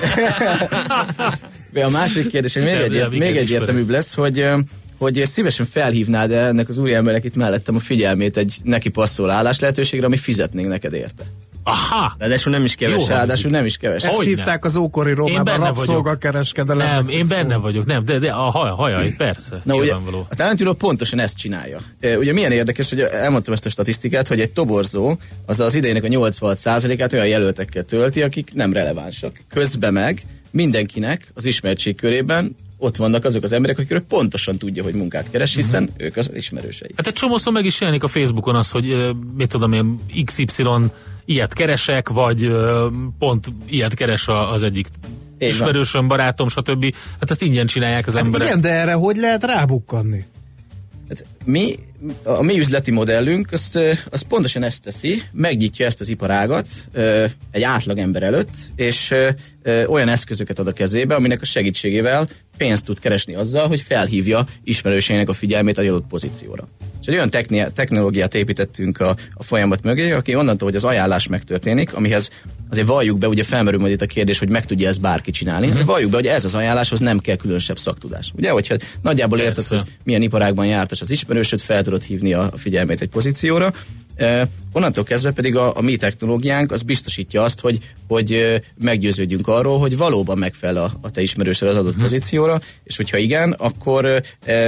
A második kérdés, hogy még egy, még egy értelműbb lesz, hogy hogy szívesen felhívnád ennek az úriembernek itt mellettem a figyelmét egy neki passzol állás lehetőségre, ami fizetnénk neked érte. Aha! Ráadásul nem is keves. Ráadásul nem is keves. Ezt hívták az ókori Rómában rabszolgakereskedelem. Nem, én benne szó. vagyok, nem, de, de a haj, hajaj, persze. Na, ugye, a Talent You pontosan ezt csinálja. Ugye milyen érdekes, hogy elmondtam ezt a statisztikát, hogy egy toborzó az az idejének a nyolcvan százalékát olyan jelöltekkel tölti, akik nem relevánsak. Közben meg mindenkinek az ismertség körében ott vannak azok az emberek, akikről pontosan tudja, hogy munkát keres, hiszen uh-huh. ők az ismerősei. Hát egy csomószor meg is jelenik a Facebookon az, hogy mit tudom én, iksz ipszilon ilyet keresek, vagy pont ilyet keres az egyik Én ismerősöm, van. barátom, stb. Hát ezt ingyen csinálják az hát emberek. Igen, de erre hogy lehet rábukkanni? Hát mi, a mi üzleti modellünk az, az pontosan ezt teszi, megnyitja ezt az iparágat egy átlag ember előtt, és olyan eszközöket ad a kezébe, aminek a segítségével pénzt tud keresni azzal, hogy felhívja ismerőseinek a figyelmét egy adott pozícióra. És egy olyan techni- technológiát építettünk a, a folyamat mögé, aki onnantól, hogy az ajánlás megtörténik, amihez azért valljuk be, ugye felmerül majd itt a kérdés, hogy meg tudja ezt bárki csinálni, mm-hmm. valljuk be, hogy ez az ajánláshoz nem kell különösebb szaktudás. Ugye, hogyha nagyjából érted, hogy milyen iparágban jártas az ismerősöd, fel tudod hívni a, a figyelmét egy pozícióra. Uh, onnantól kezdve pedig a, a mi technológiánk az biztosítja azt, hogy, hogy uh, meggyőződjünk arról, hogy valóban megfelel a, a te ismerősöd az adott hmm. pozícióra, és hogyha igen, akkor uh,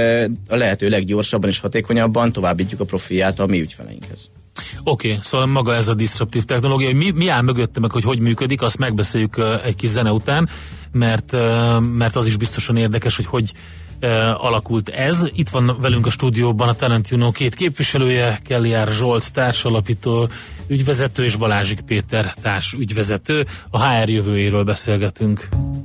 a lehető leggyorsabban és hatékonyabban továbbítjuk a profilját a mi ügyfeleinkhez. Oké, okay, szóval maga ez a disruptív technológia, hogy mi, mi áll mögötte meg, hogy hogy működik, azt megbeszéljük uh, egy kis zene után, mert, uh, mert az is biztosan érdekes, hogy hogy Uh, alakult ez. Itt van velünk a stúdióban a Talent You két képviselője, Kelliár Zsolt társalapító ügyvezető és Balázsik Péter társ ügyvezető. A há er jövőjéről beszélgetünk.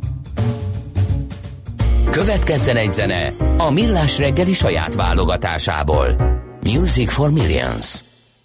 Következzen egy zene a Millás reggeli saját válogatásából. Music for Millions.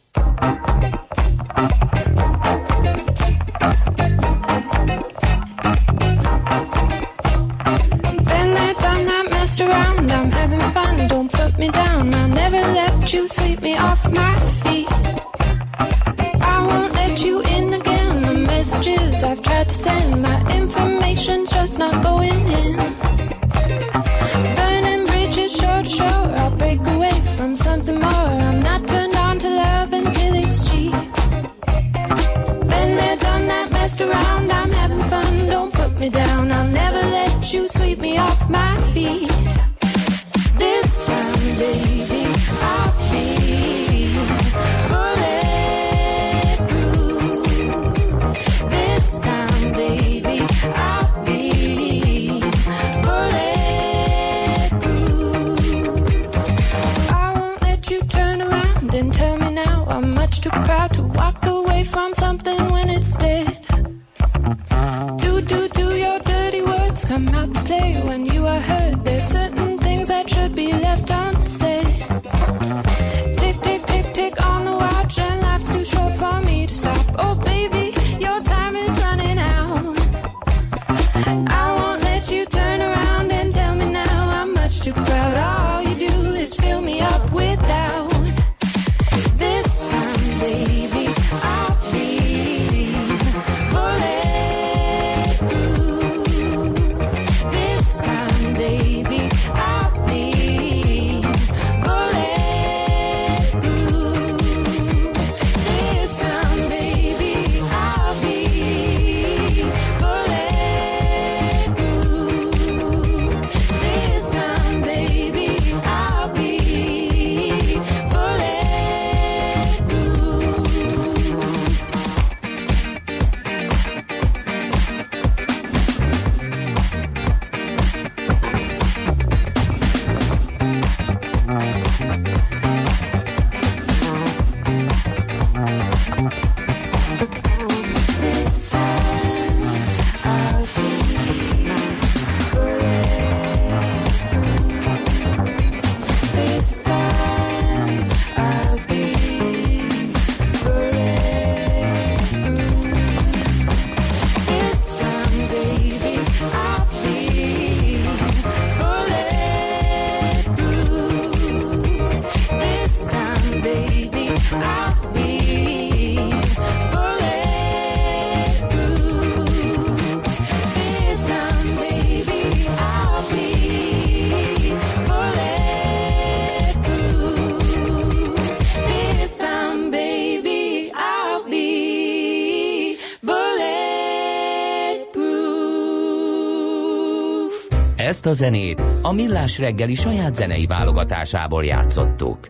Around, I'm having fun, don't put me down. I'll never let you sweep me off my feet. I won't let you in again. The messages I've tried to send, my information's just not going in. Burning bridges shore to shore, I'll break away from something more. I'm not turned on to love until it's cheap. Been there, done that, messed around, I'm having fun, don't put me down. I'll never let you sweep me off my feet. This time, baby, I'll be bulletproof. This time, baby, Ezt a zenét a Millás reggeli saját zenei válogatásából játszottuk.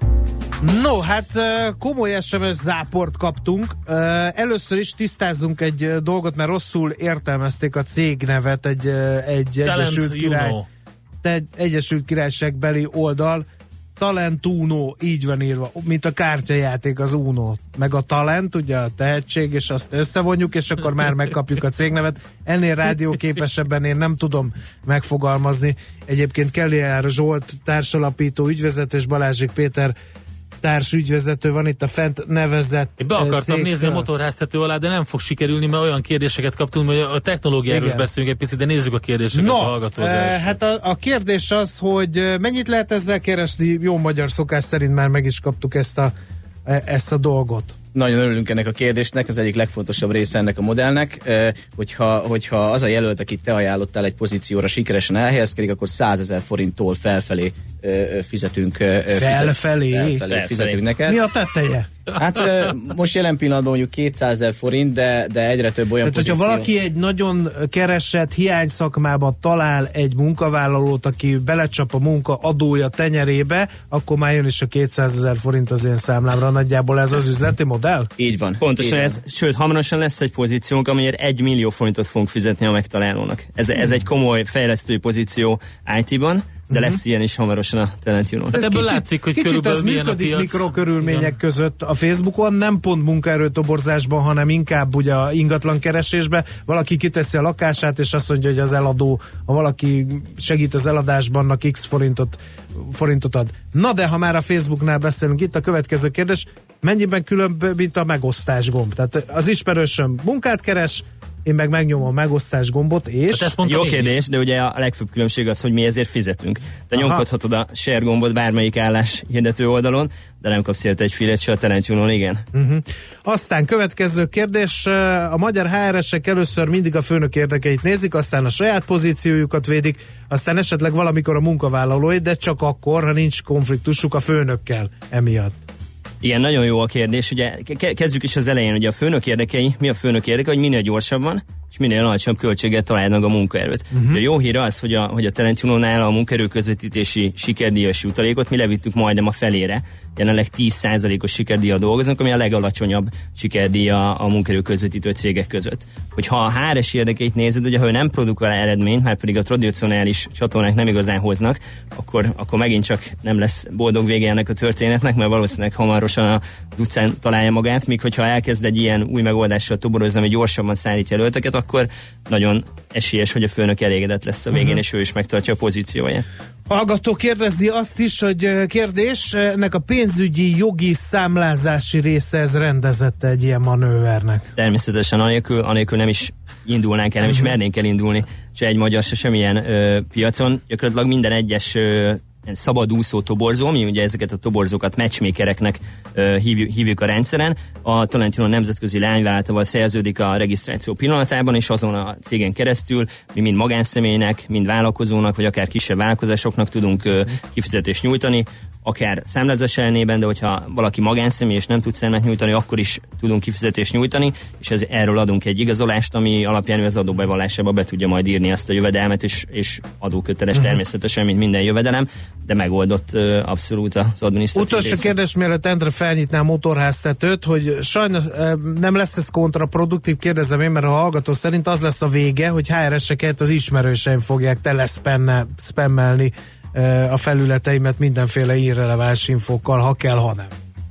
No, hát komoly es em es záport kaptunk. Először is tisztázzunk egy dolgot, mert rosszul értelmezték a cégnevet egy, egy Egyesült, Király, egy Egyesült Királyságbeli oldal. Talentuno, így van írva, mint a kártyajáték az Uno, meg a talent, ugye a tehetség, és azt összevonjuk, és akkor már megkapjuk a cégnevet. Ennél rádióképesebben én nem tudom megfogalmazni. Egyébként Kellyár Zsolt társalapító ügyvezető és Balázsik Péter társügyvezető van itt a fent nevezett Én be akartam cégtől. nézni a motorháztető alá, de nem fog sikerülni, mert olyan kérdéseket kaptunk, hogy a technológiáról is beszélünk egy picit, de nézzük a kérdéseket no, a hallgatózás. Eh, hát a, a kérdés az, hogy mennyit lehet ezzel keresni, jó magyar szokás szerint már meg is kaptuk ezt a, ezt a dolgot. Nagyon örülünk ennek a kérdésnek, az egyik legfontosabb része ennek a modellnek, hogyha, hogyha az a jelölt, akit te ajánlottál egy pozícióra sikeresen elhelyezkedik, akkor százezer forinttól felfelé fizetünk. Felfelé? Felfelé fizetünk neked. Mi a teteje? Hát most jelen pillanatban mondjuk kétszázezer forint, de, de egyre több olyan Tehát, pozíció. hogyha valaki egy nagyon keresett hiány szakmába talál egy munkavállalót, aki belecsap a munka adója tenyerébe, akkor már jön is a kétszázezer forint az én számlámra. Nagyjából ez az üzleti modell? Így van. Pontosan így ez, van. Sőt, hamarosan lesz egy pozíciónk, amiért egy millió forintot fogunk fizetni a megtalálónak. Ez, ez egy komoly fejlesztői pozíció í té-ban, de lesz ilyen is hamarosan a Talentunon. Hát ebből látszik, hogy kicsit körülbelül ez milyen a működik piac. mikrokörülmények Igen. között a Facebookon, nem pont munkaerőtoborzásban, hanem inkább ugye a ingatlan keresésben. Valaki kiteszi a lakását, és azt mondja, hogy az eladó, ha valaki segít az eladásban, annak x forintot, forintot ad. Na de ha már a Facebooknál beszélünk, itt a következő kérdés, mennyiben különb, mint a megosztás gomb? Tehát az ismerősöm munkát keres, én meg megnyomom a megosztás gombot, és... Hát jó kérdés, de ugye a legfőbb különbség az, hogy mi ezért fizetünk. Te Aha. nyomkodhatod a share gombot bármelyik állás hirdető oldalon, de nem kapsz érte egy filet se a Talentunon, igen. Uh-huh. Aztán következő kérdés, a magyar há er esek először mindig a főnök érdekeit nézik, aztán a saját pozíciójukat védik, aztán esetleg valamikor a munkavállalói, de csak akkor, ha nincs konfliktusuk a főnökkel emiatt. Igen, nagyon jó a kérdés. Ugye kezdjük is az elején, ugye a főnök érdekei, mi a főnök érdeke, hogy minél gyorsabban és minél alacsonyabb költséggel találd meg a munkaerőt. Uh-huh. Ugye jó hír az, hogy a, hogy a Talentunonál a munkaerő közvetítési sikerdíjas jutalékot mi levittük majdnem a felére. Jelenleg tíz százalékos sikerdíjjal dolgozunk, ami a legalacsonyabb sikerdíja a munkaerő közvetítő cégek között. Hogyha a há er es érdekeit nézed, ugye ha ő nem produkál eredményt, már pedig a tradicionális csatornák nem igazán hoznak, akkor, akkor megint csak nem lesz boldog vége ennek a történetnek, mert valószínűleg hamarosan az utcán találja magát, míg hogyha elkezd egy ilyen új megoldással toborozni, ami gyorsabban szállít jelölteket, akkor nagyon esélyes, hogy a főnök elégedett lesz a végén, uh-huh. és ő is megtartja a pozícióját. Hallgató kérdezi azt is, hogy kérdés, ennek a pénzügyi, jogi, számlázási része ez rendezette egy ilyen manővernek? Természetesen anélkül, anélkül nem is indulnánk el, nem is mernénk elindulni se egy magyar, se semmilyen ö, piacon. Gyakorlatilag minden egyes ö, szabadúszó toborzó, mi ugye ezeket a toborzókat matchmakereknek uh, hívjuk, hívjuk a rendszeren. A Talentunon nemzetközi leányvállalatával szerződik a regisztráció pillanatában, és azon a cégen keresztül mi mind magánszemélynek, mind vállalkozónak, vagy akár kisebb vállalkozásoknak tudunk uh, kifizetést nyújtani, akár számlázás ellenében, de hogyha valaki magánszemély és nem tud számlát nyújtani, akkor is tudunk kifizetést nyújtani, és ez, erről adunk egy igazolást, ami alapján ő az adóbevallásába be tudja majd írni azt a jövedelmet, és, és adóköteles uh-huh. természetesen, mint minden jövedelem, de megoldott uh, abszolút az adminisztratív Utolsó része. kérdés, mielőtt Endre felnyitná a motorháztetőt, hogy sajnos nem lesz ez kontraproduktív, kérdezem én, mert a hallgató szerint az lesz a vége, hogy há er eseket az ismerőseim fogják teleszpammelni a felületeimet mindenféle irreleváns infókkal, ha kell, ha nem.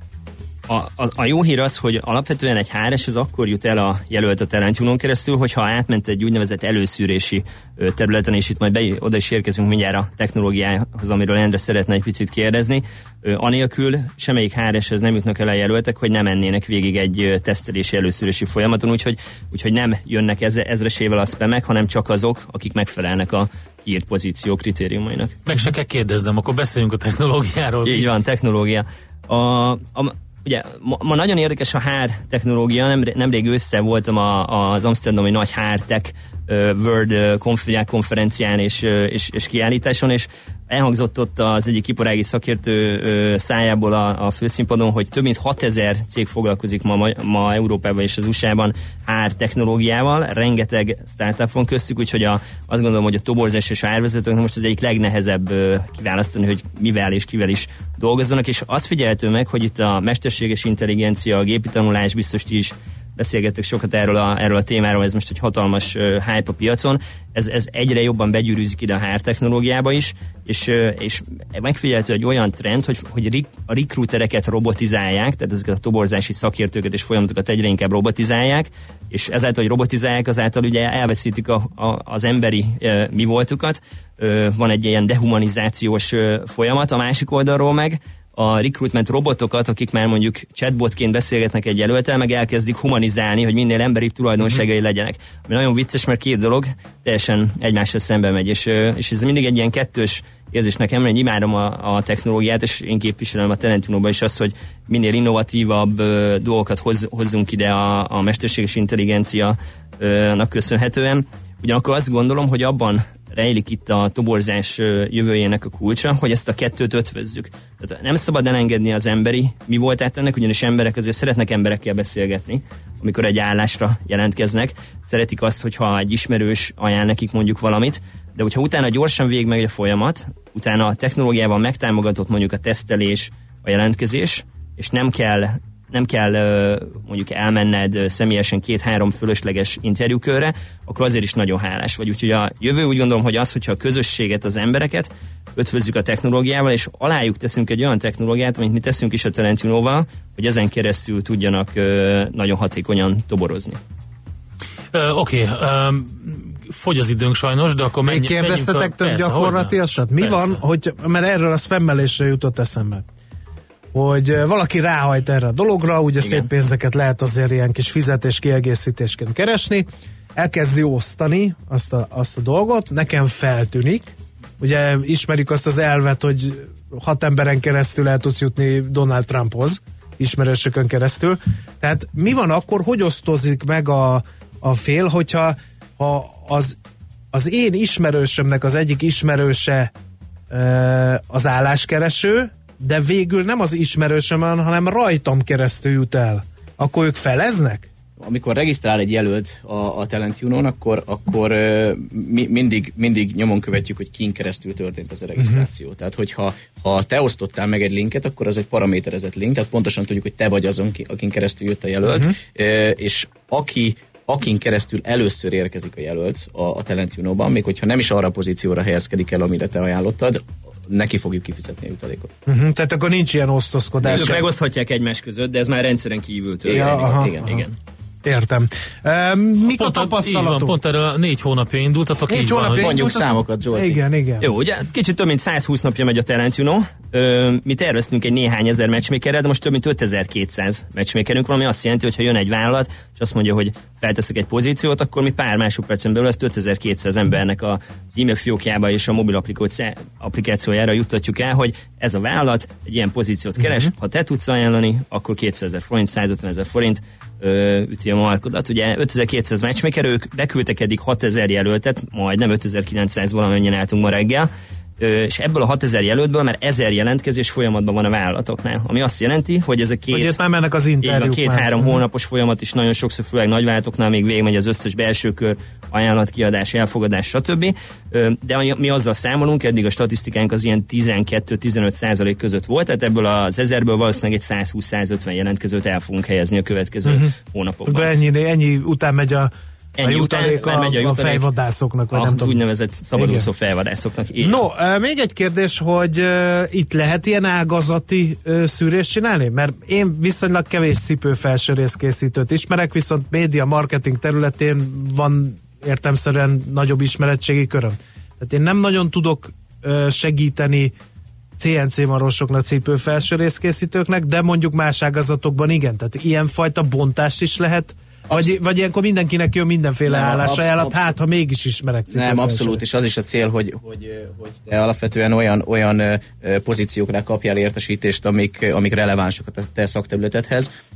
A, a, a jó hír az, hogy alapvetően egy há er es az akkor jut el a jelölt a Talentunon keresztül, hogyha átment egy úgynevezett előszűrési területen, és itt majd be, oda is érkezünk mindjárt a technológiához, amiről Endre szeretne egy picit kérdezni. Anélkül semmelyik há er eshez nem jutnak el a jelöltek, hogy nem mennének végig egy tesztelési előszűrési folyamaton, úgyhogy, úgyhogy nem jönnek ezre, ezresével a spamek, hanem csak azok, akik megfelelnek a kiírt pozíció kritériumainak. Meg se kell kérdeznem, akkor beszéljünk a technológiáról. Így van, technológia. A, a, ugye, ma, ma nagyon érdekes a há er technológia, nem, nemrég össze voltam a, az amsterdami nagy há er tech World konferencián és, és, és kiállításon, és elhangzott ott az egyik iparági szakértő szájából a, a főszínpadon, hogy több mint hatezer cég foglalkozik ma, ma Európában és az u es á-ban há er technológiával, rengeteg startup van köztük, úgyhogy a, azt gondolom, hogy a toborzás és a árvezetőknek most az egyik legnehezebb kiválasztani, hogy mivel és kivel is dolgozzanak, és azt figyelhető meg, hogy itt a mesterséges intelligencia, a gépi tanulás, biztos ti is beszélgettek sokat erről a, erről a témáról, ez most egy hatalmas uh, hype a piacon, ez, ez egyre jobban begyűrűzik ide a há er technológiába is, és, uh, és megfigyelhető egy olyan trend, hogy, hogy a recruitereket robotizálják, tehát ezeket a toborzási szakértőket és folyamatokat egyre inkább robotizálják, és ezáltal, hogy robotizálják, azáltal ugye elveszítik a, a, az emberi uh, mi voltukat, uh, van egy ilyen dehumanizációs uh, folyamat, a másik oldalról meg a recruitment robotokat, akik már mondjuk chatbotként beszélgetnek egy jelölttel, meg elkezdik humanizálni, hogy minél emberibb tulajdonságai legyenek. Ami nagyon vicces, mert két dolog teljesen egymással szembe megy, és, és ez mindig egy ilyen kettős érzés nekem, hogy imádom a, a technológiát, és én képviselem a Talentunóban is azt, hogy minél innovatívabb ö, dolgokat hoz, hozzunk ide a, a mesterséges intelligenciának köszönhetően. Ugyanakkor azt gondolom, hogy abban rejlik itt a toborzás jövőjének a kulcsa, hogy ezt a kettőt ötvözzük. Tehát nem szabad elengedni az emberi mi voltát ennek, ugyanis emberek azért szeretnek emberekkel beszélgetni, amikor egy állásra jelentkeznek. Szeretik azt, hogyha egy ismerős ajánl nekik mondjuk valamit, de hogyha utána gyorsan végigmegy a folyamat, utána a technológiával megtámogatott mondjuk a tesztelés, a jelentkezés, és nem kell nem kell mondjuk elmenned személyesen két-három fölösleges interjúkörre, akkor azért is nagyon hálás vagy. Úgyhogy a jövő úgy gondolom, hogy az, hogyha a közösséget, az embereket ötvözzük a technológiával, és alájuk teszünk egy olyan technológiát, amit mi teszünk is a Talentunóval, hogy ezen keresztül tudjanak nagyon hatékonyan toborozni. Uh, Oké, okay. um, fogy az időnk sajnos, de akkor menjünk. Kérdeztetek több gyakorlatilasat? Mi persze. van, hogy, mert erről a spammelésre jutott eszembe, hogy valaki ráhajt erre a dologra, ugye igen. Szép pénzeket lehet azért ilyen kis fizetés kiegészítésként keresni, elkezdi osztani azt a, azt a dolgot, nekem feltűnik, ugye ismerjük azt az elvet, hogy hat emberen keresztül el tudsz jutni Donald Trumphoz, ismerősökön keresztül, tehát mi van akkor, hogy osztozik meg a, a fél, hogyha ha az, az én ismerősömnek az egyik ismerőse az álláskereső, de végül nem az ismerősömön, hanem rajtam keresztül jut el. Akkor ők feleznek? Amikor regisztrál egy jelölt a, a Talentunón, akkor, akkor uh, mi, mindig, mindig nyomon követjük, hogy kin keresztül történt az a regisztráció. Uh-huh. Tehát, hogyha ha te osztottál meg egy linket, akkor az egy paraméterezett link, tehát pontosan tudjuk, hogy te vagy azon, akin keresztül jött a jelölt, uh-huh. uh, és aki akin keresztül először érkezik a jelölt a, a Talentunóban, még hogyha nem is arra a pozícióra helyezkedik el, amire te ajánlottad, neki fogjuk kifizetni a jutalékot. Uh-huh, tehát akkor nincs ilyen osztozkodás. Ők megoszthatják egymás között, de ez már rendszeren kívül történik. Ja, aha, igen, aha. igen. Értem. E, mik pont a tapasztalatok? Van, pont erre négy hónapja indultatok. Négy így hónapja van, mondjuk számokat, Zsolti. Igen, igen. Jó, ugye kicsit több mint százhúsz napja megy a Talentuno. Ö, mi terveztünk egy néhány ezer matchmakerrel, de most több mint ötezer-kétszáz matchmakerünk van, ami azt jelenti, hogy ha jön egy vállalat, és azt mondja, hogy felteszek egy pozíciót, akkor mi pár másodpercen belül ezt ötezer-kétszáz embernek az e-mail fiókjába és a mobil applikációjára juttatjuk el, hogy ez a vállalat egy ilyen pozíciót keres, uh-huh. ha te tudsz ajánlani, akkor kétszázezer forint, százötvenezer forint ö, üti a markodat. Ugye ötezer-kétszáz matchmaker, ők beküldtek eddig hatezer jelöltet, majdnem ötezer-kilencszáz valamennyien álltunk ma reggel, ö, és ebből a hatezer jelöltből már ezer jelentkezés folyamatban van a vállalatoknál, ami azt jelenti, hogy ez a két, hogy már mennek az interjúk, két-három hónapos folyamat is nagyon sokszor, főleg nagyvállalatoknál még végigmegy az összes belső kör, ajánlatkiadás, elfogadás, stb. Ö, de mi azzal számolunk, eddig a statisztikánk az ilyen tizenkettő-tizenöt százalék között volt, tehát ebből az ezerből valószínűleg egy száz-húsz-százötven jelentkezőt el fogunk helyezni a következő uh-huh. hónapokban. De ennyi, ennyi után megy a Ennyi a jutalék után, a, megy a, jutalék, a fejvadászoknak, vagy az nem tudom. úgynevezett szabadúszó fejvadászoknak. Így. No, uh, még egy kérdés, hogy uh, itt lehet ilyen ágazati uh, szűrést csinálni? Mert én viszonylag kevés cipőfelsőrészkészítőt ismerek, viszont média marketing területén van értelemszerűen nagyobb ismeretségi köröm. Tehát én nem nagyon tudok uh, segíteni cé en cé marosoknak, cipőfelsőrészkészítőknek, de mondjuk más ágazatokban igen. Tehát ilyenfajta bontást is lehet. Vagy, vagy ilyenkor mindenkinek jön mindenféle állásajánlat, hát ha mégis ismerek cipőfelsőt. Nem, abszolút, és az is a cél, hogy, hogy, hogy te alapvetően olyan, olyan pozíciókra kapjál értesítést, amik, amik relevánsak a te szakterületedhez.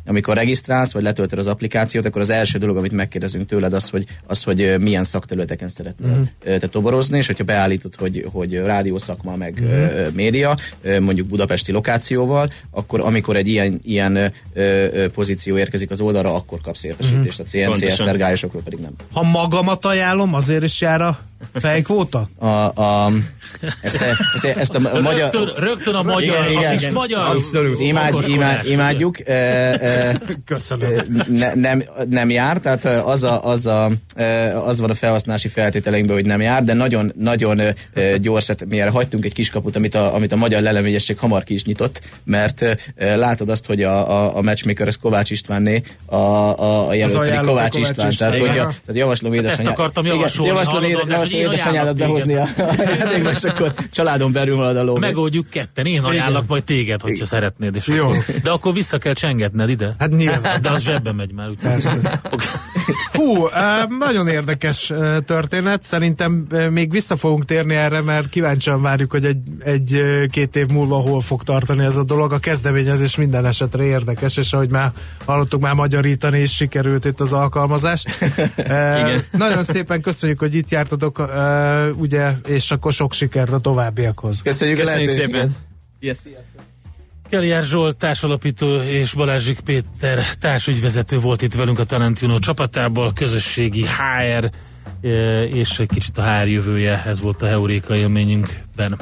amikor regisztrálsz, vagy letöltöd az applikációt, akkor az első dolog, amit megkérdezünk tőled, az, hogy, az, hogy milyen szakterületeken szeretnél uh-huh. te toborozni, és hogyha beállítod, hogy, hogy rádió szakma, meg uh-huh. média, mondjuk budapesti lokációval, akkor amikor egy ilyen, ilyen pozíció érkezik az oldalra, akkor kapsz értesítést. Uh-huh. A cé en cé esztergályosokról pedig nem. Ha magamat ajánlom, azért is jár a fejkvóta? A, a, ezt, ezt, ezt a magyar... Rögtön, rögtön a magyar, igen, a kis igen, magyar... Imád, imád, imádjuk. Köszönöm. Ne, nem, nem jár, tehát az, a, az, a, az van a felhasználási feltételeinkben, hogy nem jár, de nagyon, nagyon gyors, miért hagytunk egy kiskaput, amit a, amit a magyar leleményesség hamar ki is nyitott, mert látod azt, hogy a, a, a matchmaker az Kovács Istvánné, a, a, a jelölt pedig Kovács, Kovács István. István. Tehát, hogy a, tehát javaslom édesanyádat. Ezt akartam javasolni. Javaslom édesanyádat behozni a játékba, és akkor családon belül marad a ló. Megoldjuk ketten, én ajánlak majd téged, hogyha szeretnéd. És jó. Akkor, de akkor vissza kell csengetned ide. Hát nyilván. De az zsebbe megy már. Okay. Hú, nagyon érdekes történet. Szerintem még vissza fogunk térni erre, mert kíváncsian várjuk, hogy egy, egy két év múlva hol fog tartani ez a dolog. A kezdeményezés minden esetre érdekes, és ahogy már hallottuk, már magyarítani is sikerült itt az alkalmazás. Igen. Nagyon szépen köszönjük, hogy itt jártatok, ugye, és akkor sok sikert a továbbiakhoz. Köszönjük, köszönjük a szépen. Sziasztok. Keliár Zsolt társalapító és Balázsik Péter társügyvezető volt itt velünk a Talent Juno csapatából, közösségi há er és egy kicsit a há er jövője, ez volt a Heuréka élményünkben.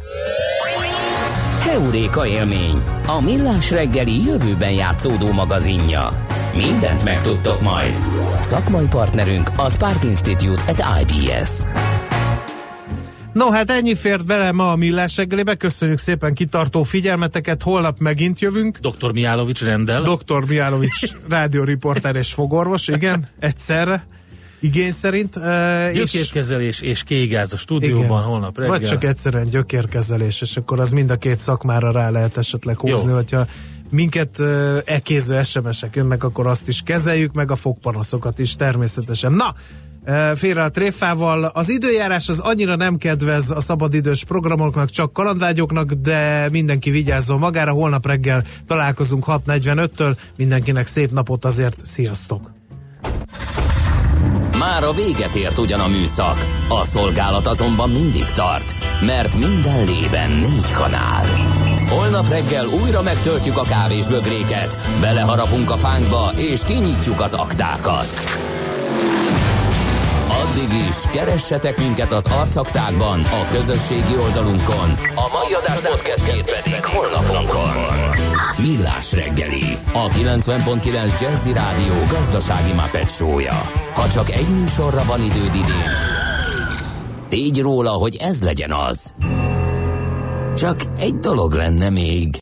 Heuréka élmény, a millás reggeli jövőben játszódó magazinja. Mindent megtudtok majd. Szakmai partnerünk a Spark Institute at i bé es. No, hát ennyi fért bele ma a millás reggelébe. Köszönjük szépen kitartó figyelmeteket. Holnap megint jövünk. doktor Mijálovics rendel. doktor Mijálovics rádióriporter és fogorvos, igen, egyszerre. Igény szerint. Uh, gyökérkezelés és, és kégáz a stúdióban, igen, holnap reggel. Vagy csak egyszerűen gyökérkezelés, és akkor az mind a két szakmára rá lehet esetleg húzni, jó, hogyha minket uh, ekéző es em esek jönnek, akkor azt is kezeljük, meg a fogpanaszokat is természetesen. Na, uh, félre a tréfával. Az időjárás az annyira nem kedvez a szabadidős programoknak, csak kalandvágyoknak, de mindenki vigyázzon magára. Holnap reggel találkozunk hat negyvenöttől. Mindenkinek szép napot azért. Sziasztok! Már a véget ért ugyan a műszak, a szolgálat azonban mindig tart, mert minden lében négy kanál. Holnap reggel újra megtöltjük a kávésbögréket, beleharapunk a fánkba és kinyitjuk az aktákat. Addig is keressetek minket az arcaktákban, a közösségi oldalunkon. A mai adás podcastjét pedig holnapunkon. Millás reggeli, a kilencven pont kilenc Jazzy Rádió gazdasági Muppet show-ja. Ha csak egy műsorra van időd idén, tégy róla, hogy ez legyen az. Csak egy dolog lenne még.